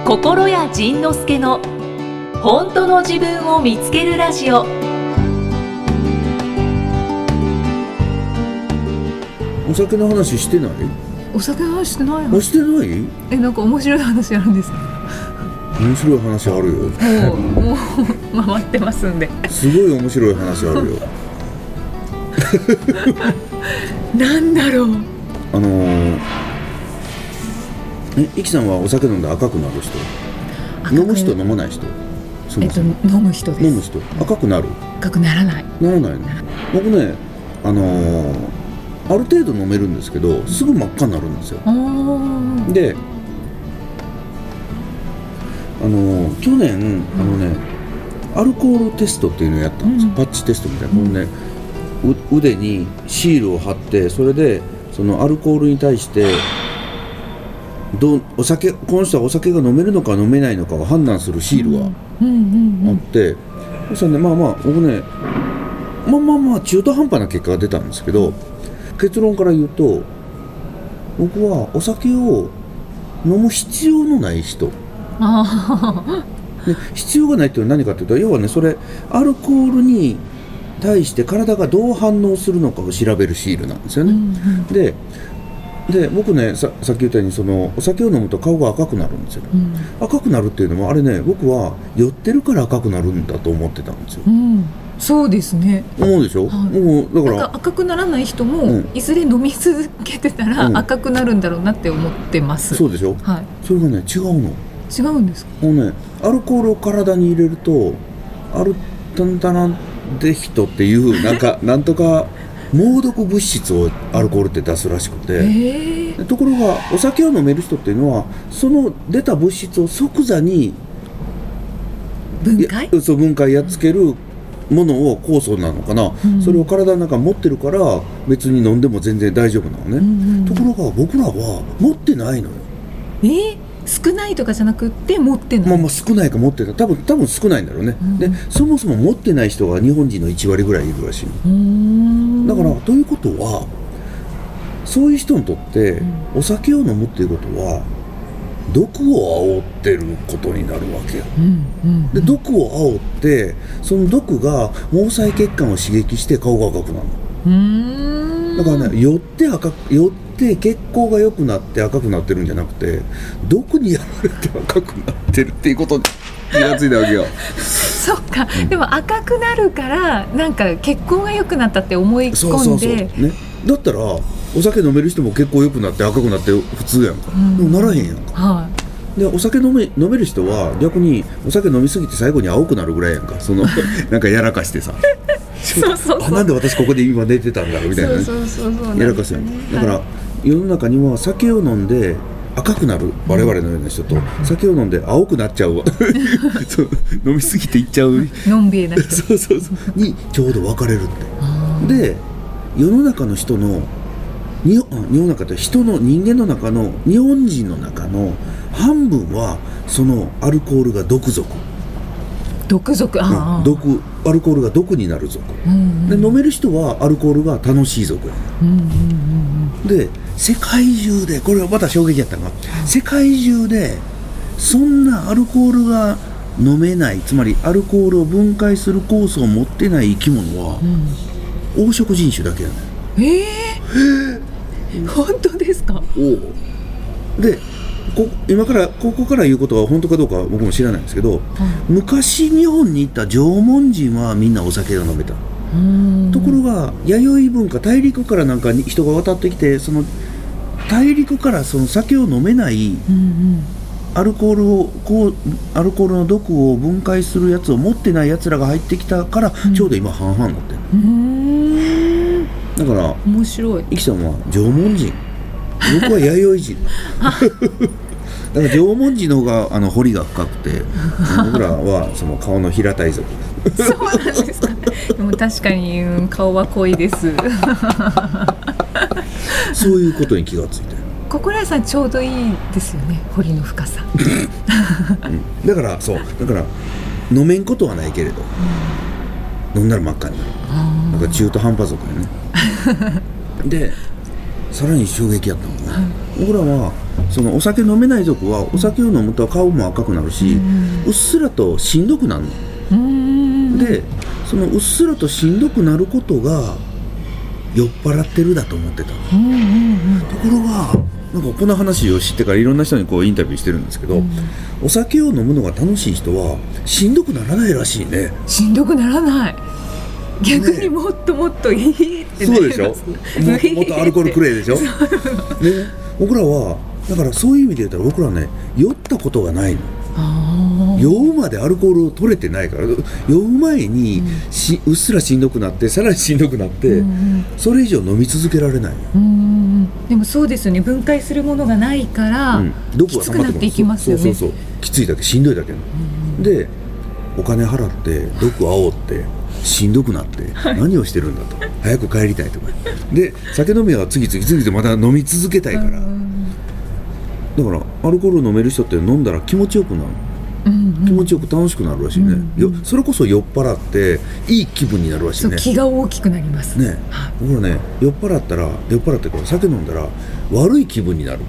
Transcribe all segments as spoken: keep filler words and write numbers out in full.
心谷仁之助の本当の自分を見つけるラジオ。 お酒の話してない？ お酒の話してないあ、してない？ え、なんか面白い話あるんですか？ 面白い話あるよ。 もう、もう回ってますんで。 すごい面白い話あるよ。 なんだろう。 あのー、え、イキさんはお酒飲んで赤くなる人？飲む人飲まない人？そもそもえっと、飲む人です。 飲む人。赤くなる？ 赤くならない。 ならないの？僕ね、あのー、ある程度飲めるんですけど、すぐ真っ赤になるんですよ。で、あのー、去年あのね、アルコールテストっていうのをやったんですよ、うん、パッチテストみたいな、このね、う腕にシールを貼って、それでそのアルコールに対してどうお酒この人はお酒が飲めるのか飲めないのかを判断するシールがあって、そしたらね、まあまあ僕ね、まあまあまあ中途半端な結果が出たんですけど、結論から言うと、僕はお酒を飲む必要のない人で、必要がないっていうのは何かというと、要はね、それアルコールに対して体がどう反応するのかを調べるシールなんですよね、うんうん、で, で僕ね さ, さっき言ったように、そのお酒を飲むと顔が赤くなるんですよ、うん、赤くなるっていうのもあれね、僕は酔ってるから赤くなるんだと思ってたんですよ、うん、 そうですね。 思うでしょ、はい、もうだからなんか赤くならない人も、うん、いずれ飲み続けてたら赤くなるんだろうなって思ってます、 うん、そうでしょ、はい、それがね違うの。 違うんですか？ もうね、アルコールを体に入れるとアルタンタナンデヒトっていうなんかなんとか猛毒物質をアルコールって出すらしくて、えー、ところがお酒を飲める人っていうのは、その出た物質を即座に分解そう分解やっつけるものを酵素なのかな、うん、それを体の中に持ってるから別に飲んでも全然大丈夫なのね、うんうん、ところが僕らは持ってないのよ。 えー少ないとかじゃなくって持ってない、 まあ、まあ少ないか持ってない、多分多分少ないんだろうね、うん、でそもそも持ってない人が日本人のいちわりぐらいいるらしいの。うーん、だからということは、そういう人にとって、うん、お酒を飲むっていうことは毒を煽ってることになるわけよ、うんうんうん、で毒を煽って、その毒が毛細血管を刺激して顔が赤くなるの。うーん、だからね、酔って赤く酔って血行が良くなって赤くなってるんじゃなくて、毒にやられて赤くなってるっていうことに気がついたわけよ。 そっか、うん、でも赤くなるからなんか血行が良くなったって思い込んで、そうそうそう、ね、 だったらお酒飲める人も血行良くなって赤くなって普通やんか、うん、でもならへんやんか、はい、でお酒飲め、飲める人は逆にお酒飲みすぎて最後に青くなるぐらいやんか、そのなんかやらかしてさそうそうそう、なんで私ここで今寝てたんだろうみたいなね、そうそうそうそう、やらかすやんか。だから、はい、世の中には酒を飲んで赤くなる我々のような人と、うん、酒を飲んで青くなっちゃうそう、飲みすぎていっちゃうのんべえな人そうそうそうにちょうど分かれるって。で、世の中の人の日本の中って人の人間の中の日本人の中の半分はそのアルコールが毒属、 毒属、あ、 うん、毒アルコールが毒になる属、うんうん、で飲める人はアルコールが楽しい属や、うんうんうんうん、で世界中でこれはまた衝撃やったのが、うん、世界中でそんなアルコールが飲めない、つまりアルコールを分解する酵素を持ってない生き物は、うん、黄色人種だけやねん。 えー、本当ですか？ おでこ今からここから言うことは本当かどうかは僕も知らないんですけど、うん、昔日本に行った縄文人はみんなお酒が飲めた。うん、ところが弥生文化、大陸からなんかに人が渡ってきて、その大陸からその酒を飲めない、うんうん、アルコールをこうアルコールの毒を分解するやつを持ってないやつらが入ってきたから、うん、ちょうど今半々になってる、うん、だから面白い。 イキさんは縄文人、僕は弥生人だから縄文人の方があの彫りが深くて僕らはその顔の平たい族そうなんですか。でも確かに、うん、顔は濃いですそういうことに気がついて、 心屋さんちょうどいいですよね、彫りの深さ、 うん、だからそうだから飲めんことはないけれど、うん、飲んだら真っ赤になる。だから中途半端族やねでさらに衝撃やったのが、ね、僕らはそのお酒飲めない族はお酒を飲むと顔も赤くなるし、うん、うっすらとしんどくなるの、うん、でそのうっすらとしんどくなることが酔っ払ってるだと思ってたの、うんうんうん、ところがなんかこの話を知ってからいろんな人にこうインタビューしてるんですけど、うん、お酒を飲むのが楽しい人はしんどくならないらしいね。しんどくならない、逆にもっともっといいってなります、ね、そうでしょ、もっともっとアルコールくれでしょね、 僕らはだからそういう意味で言ったら僕らね酔ったことがないの。酔うまでアルコールを取れてないから、酔う前にし、うん、うっすらしんどくなってさらにしんどくなって、うん、それ以上飲み続けられない、うん、 でもそうですよね、分解するものがないから、うん、きつくなっていきますよね。 そうそうそう、きついだけしんどいだけ、うん、でお金払って毒煽ってしんどくなって何をしてるんだと早く帰りたいとかで酒飲みは次々次々また飲み続けたいから、うん、だからアルコール飲める人って飲んだら気持ちよくなる、うんうん、気持ちよく楽しくなるらしいね、うんうん、それこそ酔っ払っていい気分になるらしいね。 そう、気が大きくなりますね。 僕らね酔っ払ったら酔っ払ってから酒飲んだら悪い気分になるもん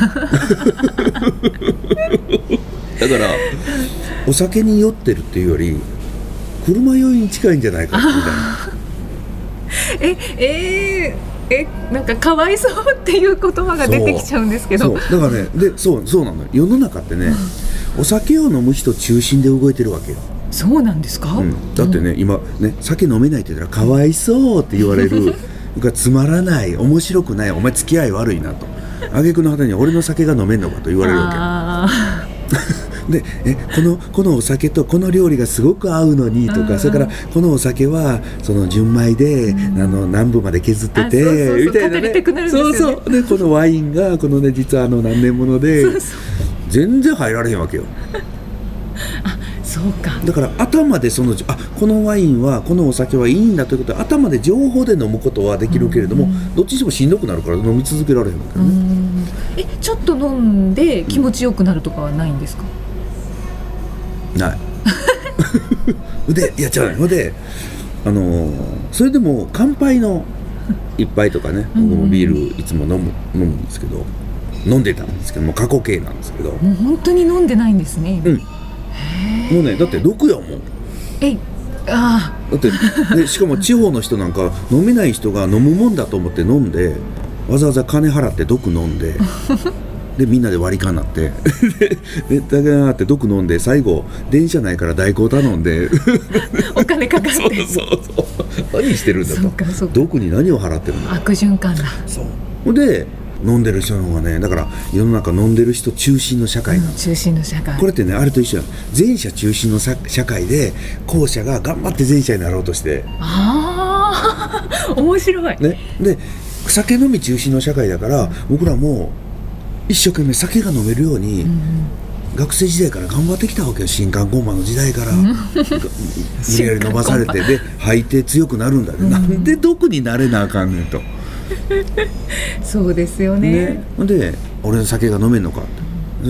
だからお酒に酔ってるっていうより車酔いに近いんじゃないかみたいなええー、えなんかかわいそうっていう言葉が出てきちゃうんですけど、 そうそうだからね、でそうそうなのよ、世の中ってねお酒を飲む人中心で動いてるわけよ。 そうなんですか、 うん、だってね、うん、今ね酒飲めないって言ったらかわいそうって言われるつまらない、面白くない、お前付き合い悪いなと挙句の果てに俺の酒が飲めんのかと言われるわけでえこのこのお酒とこの料理がすごく合うのにとか、それからこのお酒はその純米で、うん、あの南部まで削ってて、そうそうそうみたいなね、そうそうでこのワインがこのね実はあの何年ものでそうそう全然入られへんわけよあ、そうか。 だから頭でそのあこのワインはこのお酒はいいんだということで頭で情報で飲むことはできるけれども、うんうん、どっちにしてもしんどくなるから飲み続けられへんわけよね。うん、 えちょっと飲んで気持ちよくなるとかはないんですか？ ないでいや違うであのー、それでも乾杯の一杯とかね僕もビールいつも飲む、飲むんですけど飲んでたんですけども過去形なんですけどもう本当に飲んでないんですね、うん、 へもうねだって毒やもん。 えあだってでしかも地方の人なんか飲めない人が飲むもんだと思って飲んでわざわざ金払って毒飲んででみんなで割り勘になってでだけなって毒飲んで最後電車ないから代行頼んでお金かかってそうそうそう何してるんだとそうかそうか毒に何を払ってるんだ悪循環だ。 そうで飲んでる人の方がねだから世の中飲んでる人中心の社会なんです、 うん、中心の社会。 これってねあれと一緒や前者中心の社会で後者が頑張って前者になろうとしてああ面白い、 ね、で酒飲み中心の社会だから、うん、僕らも一生懸命酒が飲めるように、うん、学生時代から頑張ってきたわけよ。新歓コンパの時代から、うん、無理やり伸ばされてで吐いて強くなるんだね、うん、なんで毒になれなあかんねんとそうですよ ね, ねで俺の酒が飲めんのかって、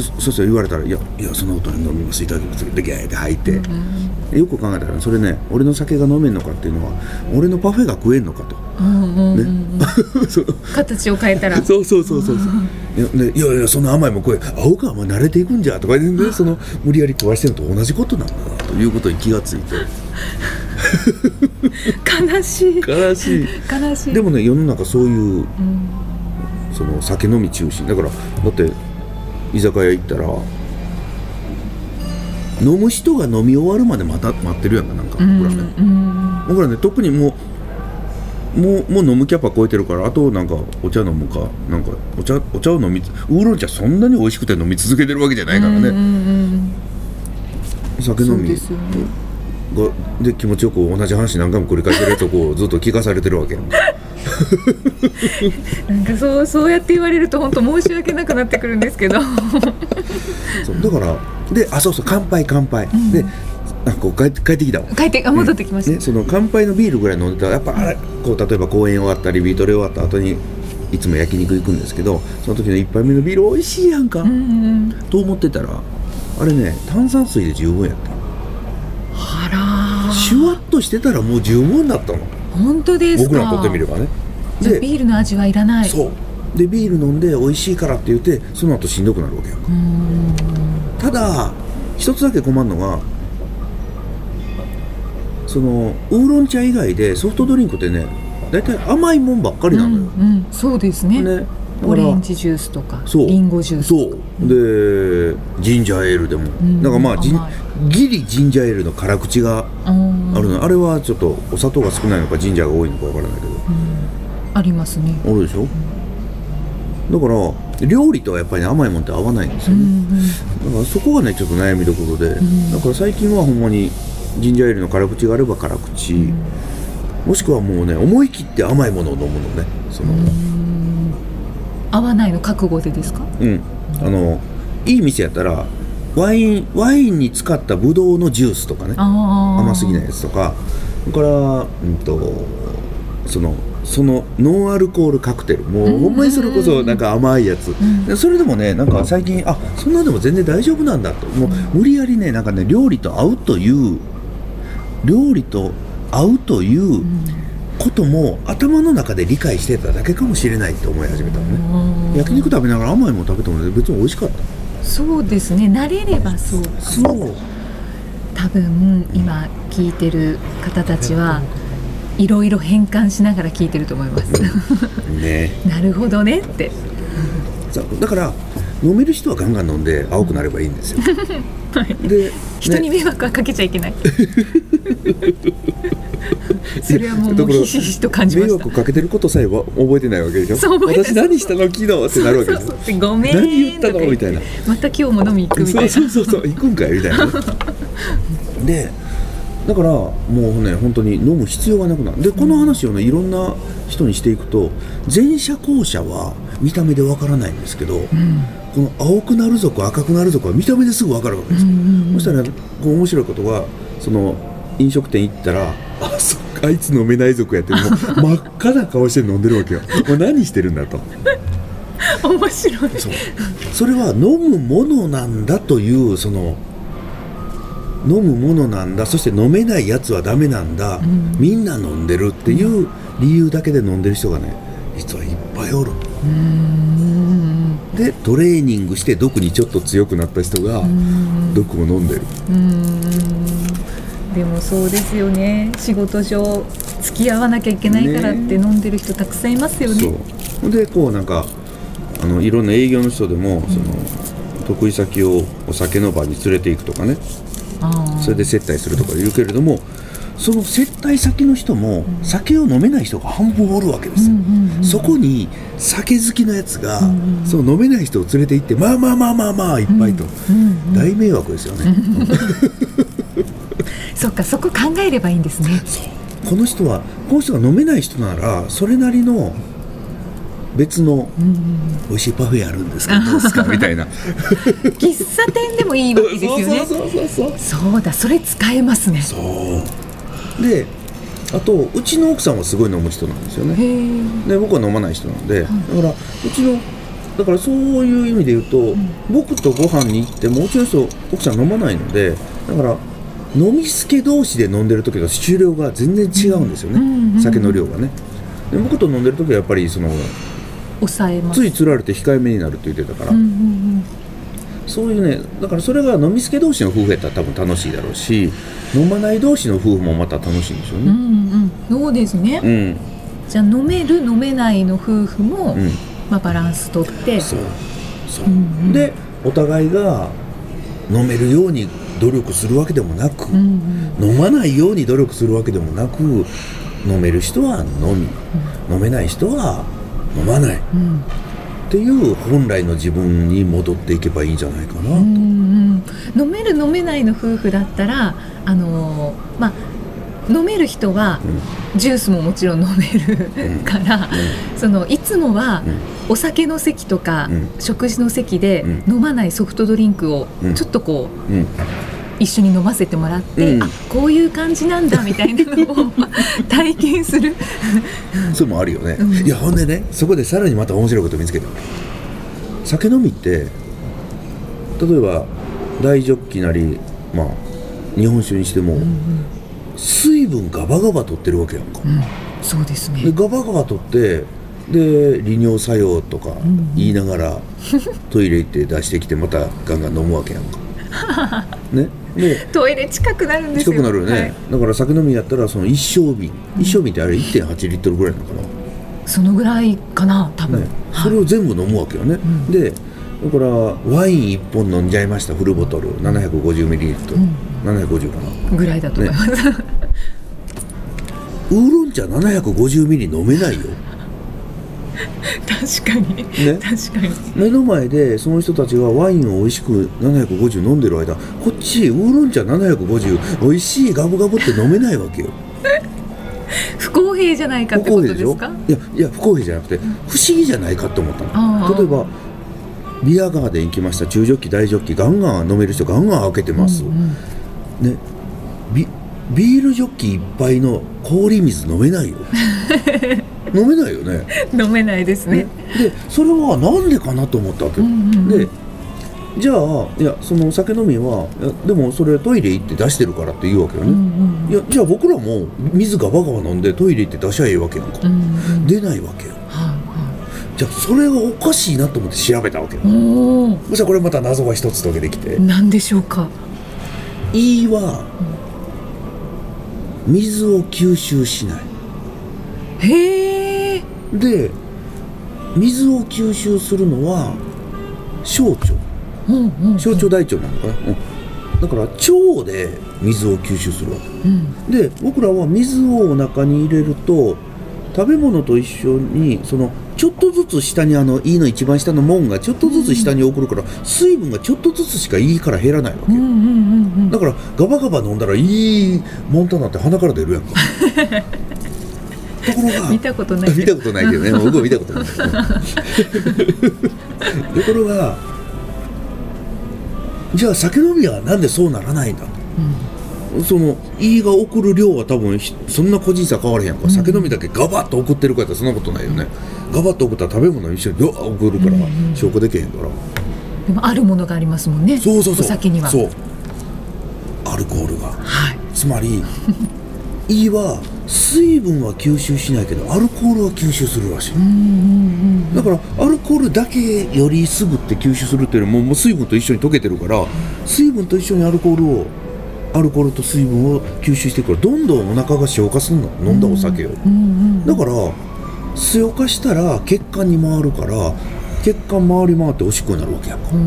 そ, そしたら言われたらいやいやそんなことに飲みますいただきますでギャーって吐いて、うん、よく考えたらそれね俺の酒が飲めんのかっていうのは俺のパフェが食えんのかと、うんうんうんね、 形を変えたらそうそうそうそういや、ね、いやいやそんな甘いもん食え青かお前慣れていくんじゃとか言って、ね、その無理やり食わしてるのと同じことなんだなということに気がついて悲しい悲しい悲しい。 でもね世の中そういう、うん、その酒飲み中心だからだって居酒屋行ったら飲む人が飲み終わるまで待た待ってるやんかなんか、うん、僕らね、うん、僕らね特にもうもうもう飲むキャパ超えてるからあとなんかお茶飲むかなんかお茶お茶を飲みウーロン茶そんなに美味しくて飲み続けてるわけじゃないからね、うんうんうん、酒飲みですよねがで気持ちよく同じ話何回も繰り返してるやつをこうずっと聞かされてるわけやんなんかそうそうやって言われると本当申し訳なくなってくるんですけどそうだからであそうそう乾杯乾杯、うん、であこう帰って帰ってきたわ帰ってあ戻ってきました、 ね、その乾杯のビールぐらい飲んでたらやっぱあれこう例えば公演終わったりビートレ終わった後にいつも焼肉行くんですけどその時の一杯目のビール美味しいやんか、うんうん、と思ってたらあれね炭酸水で十分やったあらシュワッとしてたらもう十分だったの。 本当ですか。 僕らにとってみればねでビールの味はいらない。 そうでビール飲んで美味しいからって言ってその後しんどくなるわけやんか。 うんただ一つだけ困るのがそのウーロン茶以外でソフトドリンクってねだいたい甘いもんばっかりなのよ、 うんうん、そうですねねオレンジジュースとかそうリンゴジュースそうでジンジャーエールでも、うん、だからまあジンギリジンジャーエールの辛口があるの。あれはちょっとお砂糖が少ないのかジンジャーが多いのかわからないけど、うん、 ありますね。 あるでしょ、うん、だから料理とはやっぱり、ね、甘いもんって合わないんですよね、うんうん、だからそこがねちょっと悩みどころで、うん、だから最近はほんまにジンジャーエールの辛口があれば辛口、うん、もしくはもうね思い切って甘いものを飲むのねその、うん合わないの覚悟でですか？ うんあのいい店やったらワインワインに使ったブドウのジュースとかね甘すぎないやつとかそれから、うん、とそのそのノンアルコールカクテルもうほんまにそれこそなんか甘いやつ、うんうん、それでもねなんか最近あそんなでも全然大丈夫なんだともう無理やりねなんかね料理と合うという料理と合うという、うんことも頭の中で理解してただけかもしれないって思い始めたのね。焼肉食べながら甘いもの食べたので別に美味しかった。 そうですね慣れればそうそう多分今聞いてる方たちはいろいろ変換しながら聞いてると思います、 ね、 なるほどねってだから飲める人はガンガン飲んで青くなればいいんですよ、 はい、で、ね、人に迷惑はかけちゃいけないそれはもうひしひしと感じました。 迷惑かけてることさえは覚えてないわけでしょ。私何したの昨日ってなるわけでしょ。そうそうごめん何言ったのみたいなまた今日も飲み行くみたいなそうそうそうそう行くんかいみたいなでだからもうね本当に飲む必要がなくなる。でこの話をねいろんな人にしていくと前者後者は見た目でわからないんですけど、うん、この青くなるぞ赤くなるぞは見た目ですぐわかるわけですよ、うんうんうん、そしたら、ね、こう面白いことがその飲食店行ったらあそっかあいつ飲めない族やってもう真っ赤な顔して飲んでるわけよもう何してるんだと面白いそ, それは飲むものなんだというその飲むものなんだそして飲めないやつはダメなんだ、うん、みんな飲んでるっていう理由だけで飲んでる人がね実はいっぱいおる。うーんでトレーニングして毒にちょっと強くなった人が毒を飲んでる。うーんでもそうですよね仕事上付き合わなきゃいけないからって飲んでる人たくさんいますよね。 そうでこうなんかあのいろんな営業の人でも、うん、その得意先をお酒の場に連れて行くとかねあそれで接待するとか言うけれどもその接待先の人も酒を飲めない人が半分おるわけですよ、うんうんうん、そこに酒好きのやつが、うんうん、その飲めない人を連れて行ってまあまあまあまあまあいっぱいと、うんうんうん、大迷惑ですよねそっかそこ考えればいいんですね。 この人はこの人が飲めない人ならそれなりの別の美味しいパフェあるんですけどどうですかみたいな喫茶店でもいいわけですよね。 そうそうそうそうそうだそれ使えますね。 そうであとうちの奥さんはすごい飲む人なんですよね。へで僕は飲まない人なんで、はい、だからうちのだからそういう意味で言うと、うん、僕とご飯に行ってもうちの人奥さん飲まないのでだから飲みすけ同士で飲んでる時の酒量が全然違うんですよね、うんうんうん、酒の量がね。で僕と飲んでる時はやっぱりその抑えますついつられて控えめになるって言ってたから、うんうんうん、そういうねだからそれが飲みすけ同士の夫婦やったら多分楽しいだろうし飲まない同士の夫婦もまた楽しいんでしょうね、うんうんうん、そうですね、うん、じゃあ飲める飲めないの夫婦も、うんまあ、バランスとってそうそう、うんうん、でお互いが飲めるように努力するわけでもなく、うんうん、飲まないように努力するわけでもなく飲める人は飲み、うん、飲めない人は飲まない、うん、っていう本来の自分に戻っていけばいいんじゃないかなと、うんうん、飲める飲めないの夫婦だったらあのー、まあ飲める人はジュースももちろん飲めるから、うんうん、そのいつもはお酒の席とか、うん、食事の席で飲まないソフトドリンクをちょっとこう、うん、一緒に飲ませてもらって、うん、あこういう感じなんだみたいなのを体験するそれもあるよね、うん、いやほんでねそこでさらにまた面白いこと見つけた。酒飲みって例えば大ジョッキなり、まあ、日本酒にしても、うんうん水分ガバガバ取ってるわけやんか、うん、 そうですね。 でガバガバ取ってで利尿作用とか言いながらトイレ行って出してきてまたガンガン飲むわけやんかね、でトイレ近くなるんですよ。 近くなるよね、はい、だから酒飲みやったらその一升瓶、うん、一升瓶ってあれ いってんはちリットルぐらいなのかな、 そのぐらいかな多分、ね、 それを全部飲むわけよね、はい、でだからワインいっぽん飲んじゃいました、フルボトル ななひゃくごじゅうミリリットル、うん、ななひゃくごじゅうかなぐらいだと思います、ね、 ウーロン茶ななひゃくごじゅうミリ飲めないよ確かに、ね、確かに目の前でその人たちがワインを美味しくななひゃくごじゅう飲んでる間、こっちウーロン茶ななひゃくごじゅう美味しいガブガブって飲めないわけよ不公平じゃないかってことですか。 いやいや不公平じゃなくて不思議じゃないかと思ったの。例えばビアガーデン行きました、中ジョッキ大ジョッキガンガン飲める人ガンガン開けてます、うんうん、ね、ビ, ビールジョッキいっぱいの氷水飲めないよ飲めないよね飲めないですね。 でそれはなんでかなと思ったわけ、うんうん、でじゃあいやその酒飲みはいやでもそれトイレ行って出してるからって言うわけよね、うんうん、いやじゃあ僕らも水ガバガバ飲んでトイレ行って出しゃええわけやんか、うんうん、出ないわけよ、はあはあ、じゃあそれがおかしいなと思って調べたわけよ。そしたらこれまた謎が一つ解けてきて、 何でしょうか。 胃は水を吸収しない。 へー。 で水を吸収するのは小腸、うんうんうん、小腸大腸なのかな、うん、だから腸で水を吸収するわけ、うん、で僕らは水をお腹に入れると食べ物と一緒にそのちょっとずつ下にあの胃の一番下の門がちょっとずつ下に送るから、うん、水分がちょっとずつしか胃から減らないわけよ、うんうんうんうん、だからガバガバ飲んだらいいモンタナって鼻から出るやんかところが見たことない見たことないけどね僕は見たことないところがじゃあ酒飲みはなんでそうならないんだと、うん、その胃が送る量は多分そんな個人差変わらへんやんか、うん、酒飲みだけガバッと送ってるかってそんなことないよね。ガバッと送ったら食べ物一緒にガバッと送るから消化できへんから、うんうん、 でもあるものがありますもんね。 そうそうそう、 お酒にはそうアルコールが、はい、つまり胃は水分は吸収しないけどアルコールは吸収するらしい、うんうんうん、だからアルコールだけよりすぐって吸収するっていうのはもう水分と一緒に溶けてるから、水分と一緒にアルコールをアルコールと水分を吸収していくからどんどんお腹が消化するの、飲んだお酒を、うんうんうん、だから消化したら血管に回るから血管回り回っておしっこになるわけやんか、うんうん、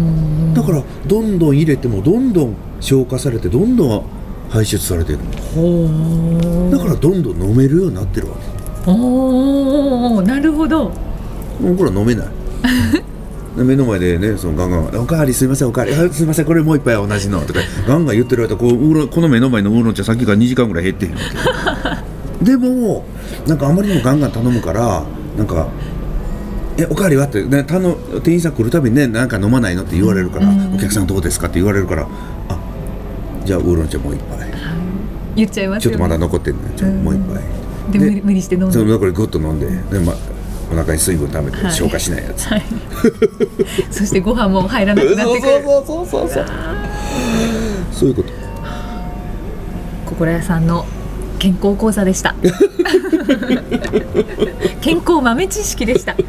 だからどんどん入れてもどんどん消化されてどんどん排出されてるの。だからどんどん飲めるようになってるわけ。 おー、なるほど。 もうこれは飲めない目の前でねそのガンガンおかわりすいませんおかわりすいませんこれもう一杯同じのとかガンガン言ってる間こうウーロンこの目の前のウーロン茶さっきからにじかんぐらい減ってへんわけでもなんかあまりにもガンガン頼むからなんかえおかわりはって、ね、たの店員さん来るたびにねなんか飲まないのって言われるから、うん、お客さんどうですかって言われるからあじゃあウーロン茶もう一杯言っちゃいますよね。 ちょっとまだ残ってるのちょっともう一杯で無理、無理して飲んでそのこれグッと飲んで、で、ま、お腹に水分溜めて消化しないやつ、はいはい、 そしてご飯も入らなくなってくるそうそうそうそうそうそういうこと。 心屋さんの健康講座でした健康豆知識でした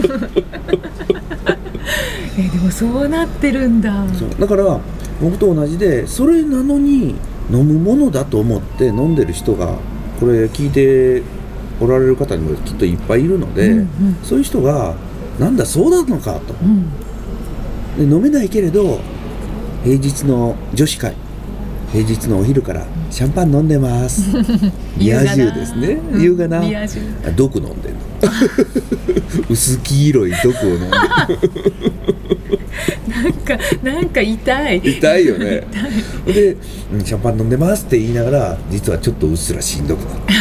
えでもそうなってるんだ。 そうだから僕と同じでそれなのに飲むものだと思って飲んでる人がこれ聞いておられる方にもきっといっぱいいるので、うんうん、そういう人がなんだそうなのかと、うん、で飲めないけれど平日の女子会平日のお昼からシャンパン飲んでますリア充ですね、優雅な毒飲んでるの薄黄色い毒を飲んでるなんかなんか痛い痛いよね痛いで、うん、シャンパン飲んでますって言いながら実はちょっとうっすらしんどくなる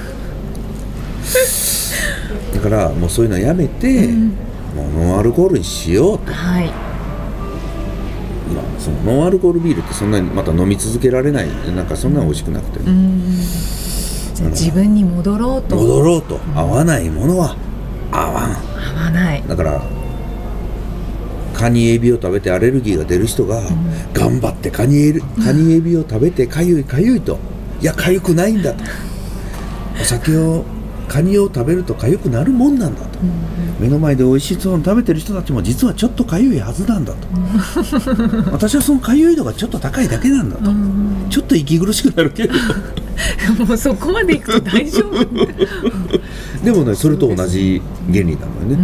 だからもうそういうのやめて、うん、もうノンアルコールにしようと、はい、まあ、そのノンアルコールビールってそんなにまた飲み続けられないなんかそんなに美味しくなくて、ね、うん、 じゃあ自分に戻ろうと戻ろうと、合わないものは合わん、 合わない。 だからカニエビを食べてアレルギーが出る人が、うん、頑張ってカニエビ、カニエビを食べてかゆいかゆいと、いやかゆくないんだと、お酒をカニを食べると痒くなるもんなんだと、うんうん、目の前で美味しいもの食べてる人たちも実はちょっと痒いはずなんだと、うん、私はその痒い度がちょっと高いだけなんだと、うんうん、ちょっと息苦しくなるけどもうそこまでいくと大丈夫でもねそれと同じ原理なのよね、うん、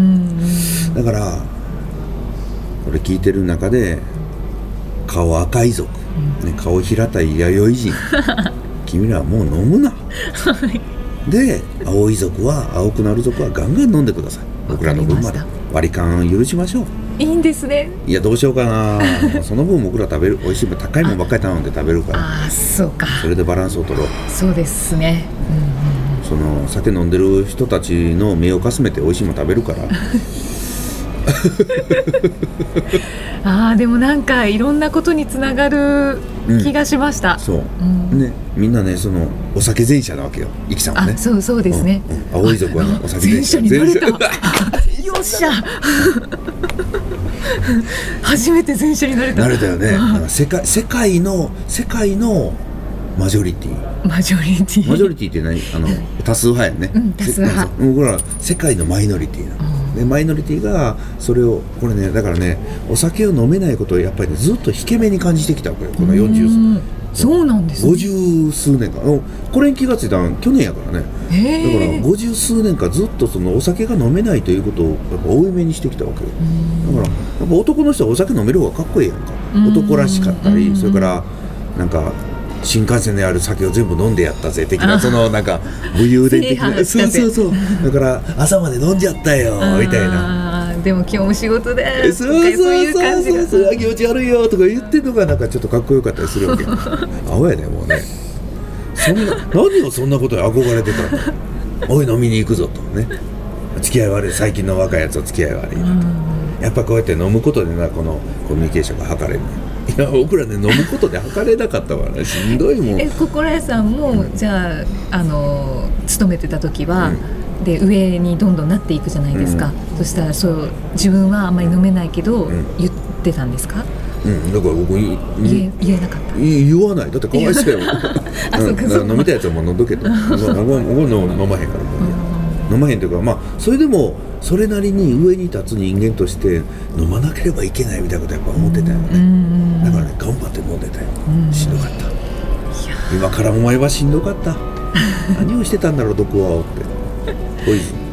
だからこれ聞いてる中で顔赤い族、ね、顔平たい弥生人君らはもう飲むなで青い族は青くなる族はガンガン飲んでください。僕らの分まで割り勘許しましょう。 いいんですね。 いやどうしようかなその分僕ら食べる美味しいもん高いもんばっかり頼んで食べるからああそうかそれでバランスを取ろう。 そうですね、うんうん、 その酒飲んでる人たちの目をかすめて美味しいもん食べるからあーでもなんかいろんなことにつながる気がしました、 うん、そう、うんね、みんなねそのお酒前者なわけよ。イキさんはね。 あそうそうですね、 うんうん、青い族は、ね、お酒前者になれたよっしゃ初めて前者になれたなれたよね。世界、世界の世界のマジョリティマジョリティマジョリティって何あの多数派やね、 うん、多数派。 僕ら世界のマイノリティなの、うん、でマイノリティがそれをこれねだからねお酒を飲めないことをやっぱり、ね、ずっと引け目に感じてきたわけよこのよんじゅうそうなんですね。 ごじゅう数年間これに気がついたの去年やからね。だからごじゅう数年間ずっとそのお酒が飲めないということをやっぱ多い目にしてきたわけよ。だからやっぱ男の人はお酒飲める方がかっこいいやんか。男らしかったりそれからなんか新幹線である酒を全部飲んでやったぜ的なそのなんか武勇伝的なそうそうそうだから朝まで飲んじゃったよみたいな。 でも今日も仕事でそうそうそうそうそう気持ち悪いよとか言ってるのがなんかちょっとかっこよかったりするわけ青やねもうねそんな何をそんなことに憧れてたのおい飲みに行くぞとね付き合い悪い最近の若いやつは付き合い悪いなとやっぱこうやって飲むことでなこのコミュニケーションが図れるね。いや僕らね飲むことで測れなかったわねしんどいもん。 え心屋さんも、うん、じゃあ、あの勤めてた時は、うん、で上にどんどんなっていくじゃないですか、うん、そしたらそう自分はあんまり飲めないけど、うん、言ってたんですか。 うん、だから僕言え、 言えなかった。 言わないだってかわいそうやもんあ、そうかそうか飲みたいやつはもう飲んどけと僕は飲まへんからもう飲まへんというかまあそれでもそれなりに上に立つ人間として飲まなければいけないみたいなことやっぱ思ってたよね。だからね頑張って飲んでたよ。しんどかった。今から思えばしんどかった何をしてたんだろう毒はってポイズン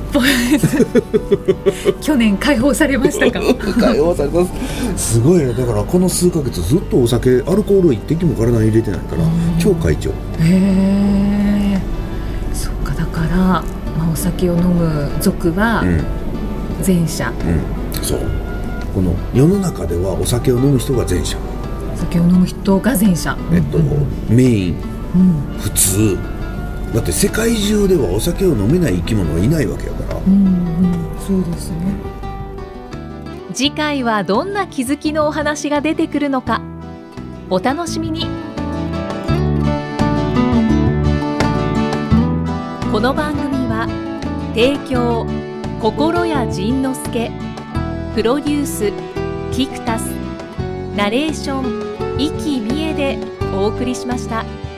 去年解放されましたか解放されますすごいね。だからこの数ヶ月ずっとお酒アルコールを一滴も体に入れてないから超快調。 へえそっかだから、まあ、お酒を飲む族は前者、うんうん、 そうこの世の中ではお酒を飲む人が前者お酒を飲む人が前者、 えっと、うん、メイン、うん、普通だって世界中ではお酒を飲めない生き物はいないわけやから、うんうん、 そうですね。 次回はどんな気づきのお話が出てくるのかお楽しみに。この番組は提供心谷仁之助プロデュースキクタスナレーション生きみえでお送りしました。